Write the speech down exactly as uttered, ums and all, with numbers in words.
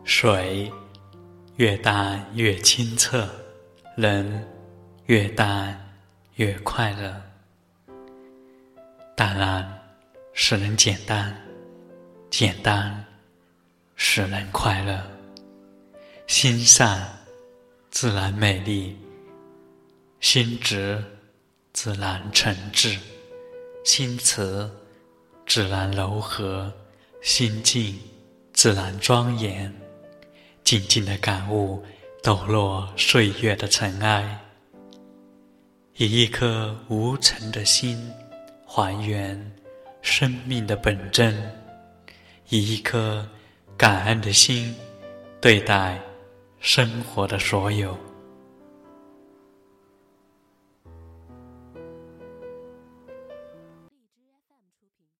水越淡越清澈，人越淡越快乐。淡然使人简单，简单使人快乐。心善自然美丽，心直自然诚挚，心慈自然柔和，心静自然庄严。静静的感悟抖落岁月的尘埃，以一颗无尘的心还原生命的本真，以一颗感恩的心对待生活的所有。